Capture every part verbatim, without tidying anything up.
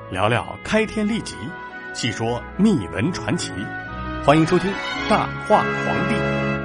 聊聊开天立己，细说秘闻传奇。欢迎收听大话皇帝。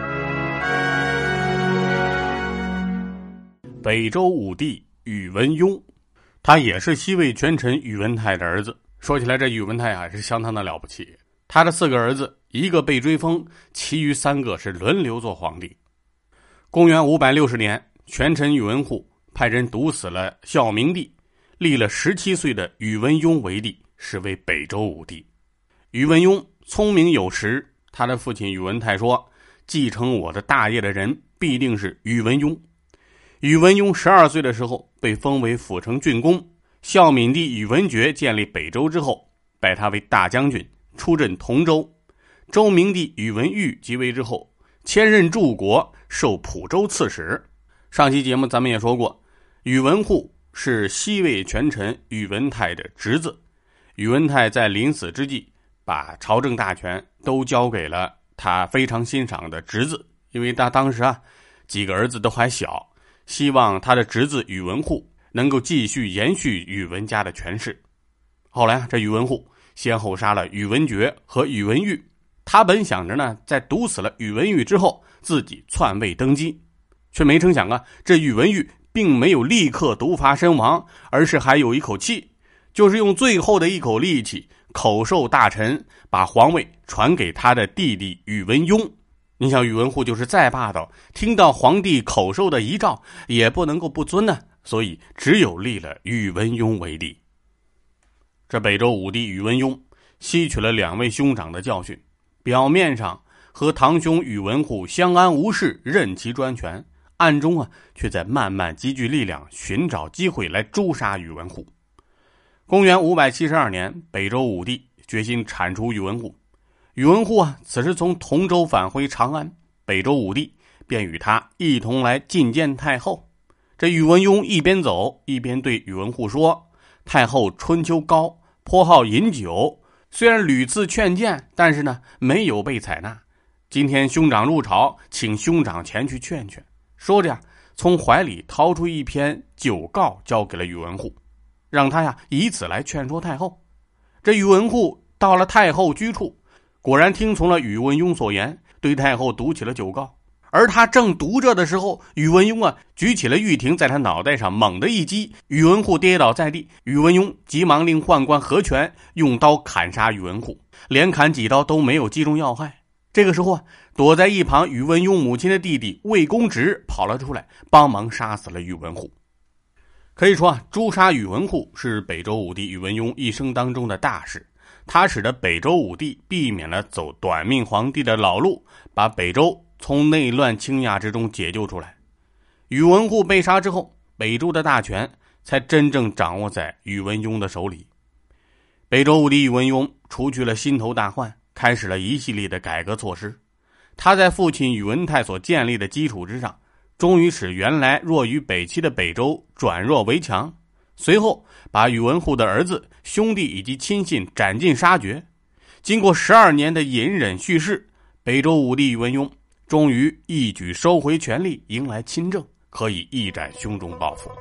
北周武帝宇文邕，他也是西魏权臣宇文泰的儿子。说起来，这宇文泰啊是相当的了不起。他的四个儿子，一个被追封，其余三个是轮流做皇帝。公元五百六十年，权臣宇文护派人毒死了孝明帝，立了十七岁的宇文邕为帝，是为北周武帝。宇文邕聪明有识，他的父亲宇文泰说，继承我的大业的人必定是宇文邕。宇文邕十二岁的时候被封为辅城郡公，孝敏帝宇文觉建立北周之后，拜他为大将军，出镇同州。周明帝宇文毓即位之后，迁任柱国，授蒲州刺史。上期节目咱们也说过，宇文护是西魏权臣宇文泰的侄子。宇文泰在临死之际，把朝政大权都交给了他非常欣赏的侄子，因为他当时啊几个儿子都还小，希望他的侄子宇文护能够继续延续宇文家的权势。后来这宇文护先后杀了宇文觉和宇文毓，他本想着呢，在毒死了宇文毓之后，自己篡位登基，却没成想啊，这宇文毓并没有立刻毒发身亡，而是还有一口气，就是用最后的一口力气，口授大臣，把皇位传给他的弟弟宇文邕。你想宇文护就是再霸道，听到皇帝口授的遗诏，也不能够不遵呢，所以只有立了宇文邕为帝。这北周武帝宇文邕吸取了两位兄长的教训，表面上和堂兄宇文护相安无事，任其专权，暗中啊却在慢慢积聚力量，寻找机会来诛杀宇文护。公元五百七十二年，北周武帝决心铲除宇文护。宇文护啊此时从同州返回长安，北周武帝便与他一同来觐见太后。这宇文邕一边走一边对宇文护说，太后春秋高，颇好饮酒，虽然屡次劝谏，但是呢没有被采纳。今天兄长入朝，请兄长前去劝劝。说着呀，从怀里掏出一篇酒告，交给了宇文护，让他呀以此来劝说太后。这宇文护到了太后居处，果然听从了宇文邕所言，对太后读起了酒告。而他正读着的时候，宇文邕啊举起了玉婷，在他脑袋上猛地一击，宇文护跌倒在地。宇文邕急忙令宦官合拳用刀砍杀宇文护，连砍几刀都没有击中要害。这个时候啊，躲在一旁宇文邕母亲的弟弟魏公直跑了出来，帮忙杀死了宇文护。可以说啊，诛杀宇文护是北周武帝宇文邕一生当中的大事，他使得北周武帝避免了走短命皇帝的老路，把北周从内乱倾轧之中解救出来。宇文护被杀之后，北周的大权才真正掌握在宇文邕的手里。北周武帝宇文邕除去了心头大患，开始了一系列的改革措施。他在父亲宇文泰所建立的基础之上，终于使原来弱于北齐的北周转弱为强。随后把宇文护的儿子、兄弟以及亲信斩尽杀绝。经过十二年的隐忍蓄势，北周武帝宇文邕终于一举收回权力，迎来亲政，可以一展胸中抱负。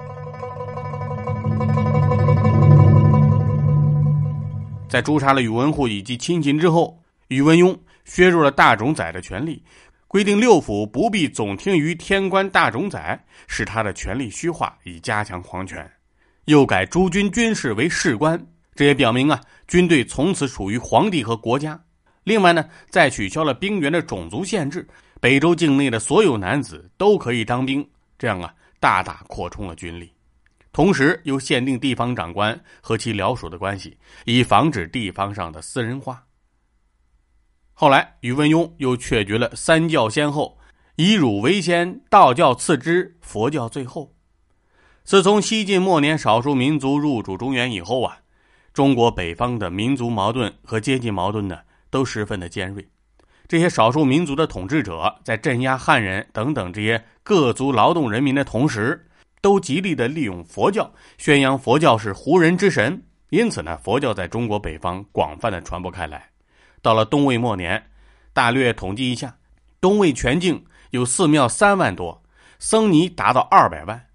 在诛杀了宇文护以及亲信之后，宇文邕削弱了大冢宰的权力，规定六府不必总听于天官大冢宰，使他的权力虚化，以加强皇权。又改诸军军士为士官，这也表明啊，军队从此属于皇帝和国家。另外呢，再取消了兵员的种族限制，北周境内的所有男子都可以当兵，这样啊，大大扩充了军力。同时又限定地方长官和其僚属的关系，以防止地方上的私人化。后来宇文邕又确决了三教先后，以儒为先，道教次之，佛教最后。自从西晋末年少数民族入主中原以后啊，中国北方的民族矛盾和阶级矛盾呢都十分的尖锐。这些少数民族的统治者在镇压汉人等等这些各族劳动人民的同时，都极力的利用佛教，宣扬佛教是胡人之神。因此呢，佛教在中国北方广泛的传播开来。到了东魏末年，大略统计一下，东魏全境有寺庙三万多，僧尼达到二百万。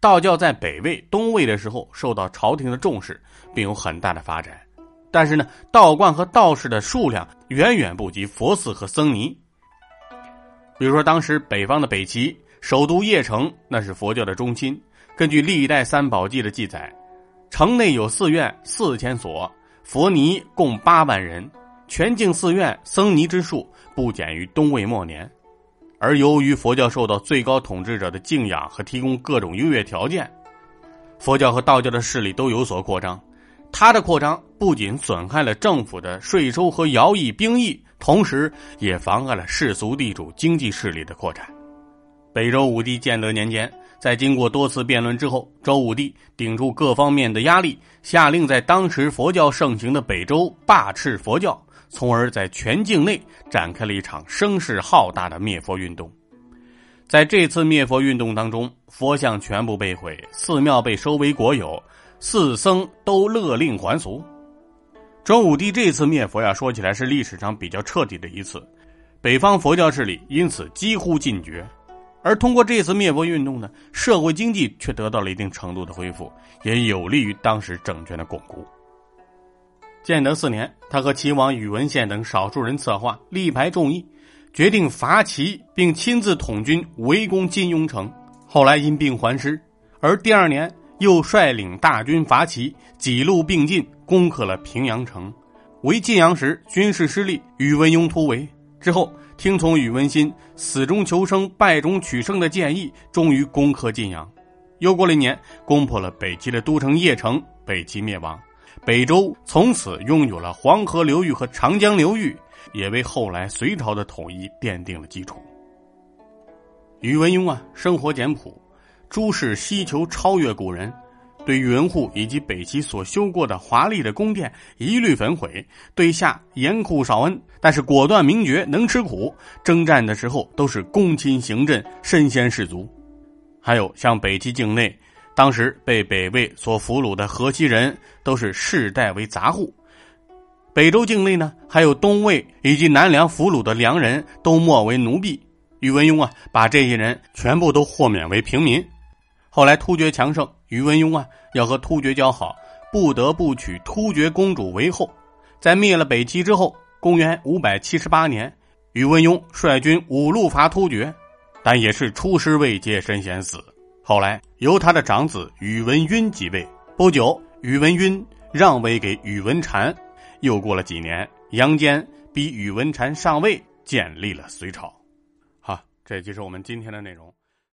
道教在北魏、东魏的时候受到朝廷的重视，并有很大的发展。但是呢，道观和道士的数量远远不及佛寺和僧尼。比如说当时北方的北齐，首都邺城那是佛教的中心。根据历代三宝记的记载，城内有寺院四千所，佛尼共八万人，全境寺院僧尼之数不减于东魏末年。而由于佛教受到最高统治者的敬仰和提供各种优越条件，佛教和道教的势力都有所扩张。它的扩张不仅损害了政府的税收和徭役兵役，同时也妨碍了世俗地主经济势力的扩展。北周武帝建德年间，在经过多次辩论之后，周武帝顶住各方面的压力，下令在当时佛教盛行的北周罢斥佛教，从而在全境内展开了一场声势浩大的灭佛运动。在这次灭佛运动当中，佛像全部被毁，寺庙被收为国有，寺僧都勒令还俗。周武帝这次灭佛呀，说起来是历史上比较彻底的一次，北方佛教势力因此几乎尽绝。而通过这次灭佛运动呢，社会经济却得到了一定程度的恢复，也有利于当时政权的巩固。建德四年，他和齐王宇文宪等少数人策划，力排众议，决定伐齐，并亲自统军围攻金庸城。后来因病还师，而第二年又率领大军伐齐，几路并进，攻克了平阳城。为晋阳时军事失利，宇文邕突围之后，听从宇文新死中求生败中取胜的建议，终于攻克晋阳。又过了一年，攻破了北齐的都城邺城，北齐灭亡。北周从此拥有了黄河流域和长江流域，也为后来隋朝的统一奠定了基础。宇文邕啊，生活简朴，诸事希求超越古人，对宇文护以及北齐所修过的华丽的宫殿一律焚毁，对下严酷少恩，但是果断明决，能吃苦，征战的时候都是攻侵行阵，身先士卒。还有像北齐境内当时被北魏所俘虏的河西人，都是世代为杂户。北周境内呢，还有东魏以及南梁俘虏的梁人，都莫为奴婢。宇文邕啊，把这些人全部都豁免为平民。后来突厥强盛，宇文邕啊要和突厥交好，不得不娶突厥公主为后。在灭了北齐之后，公元五百七十八年，宇文邕率军五路伐突厥，但也是出师未捷身先死。后来由他的长子宇文赟即位，不久宇文赟让位给宇文禅。又过了几年，杨坚逼宇文禅上位，建立了隋朝。好，这就是我们今天的内容。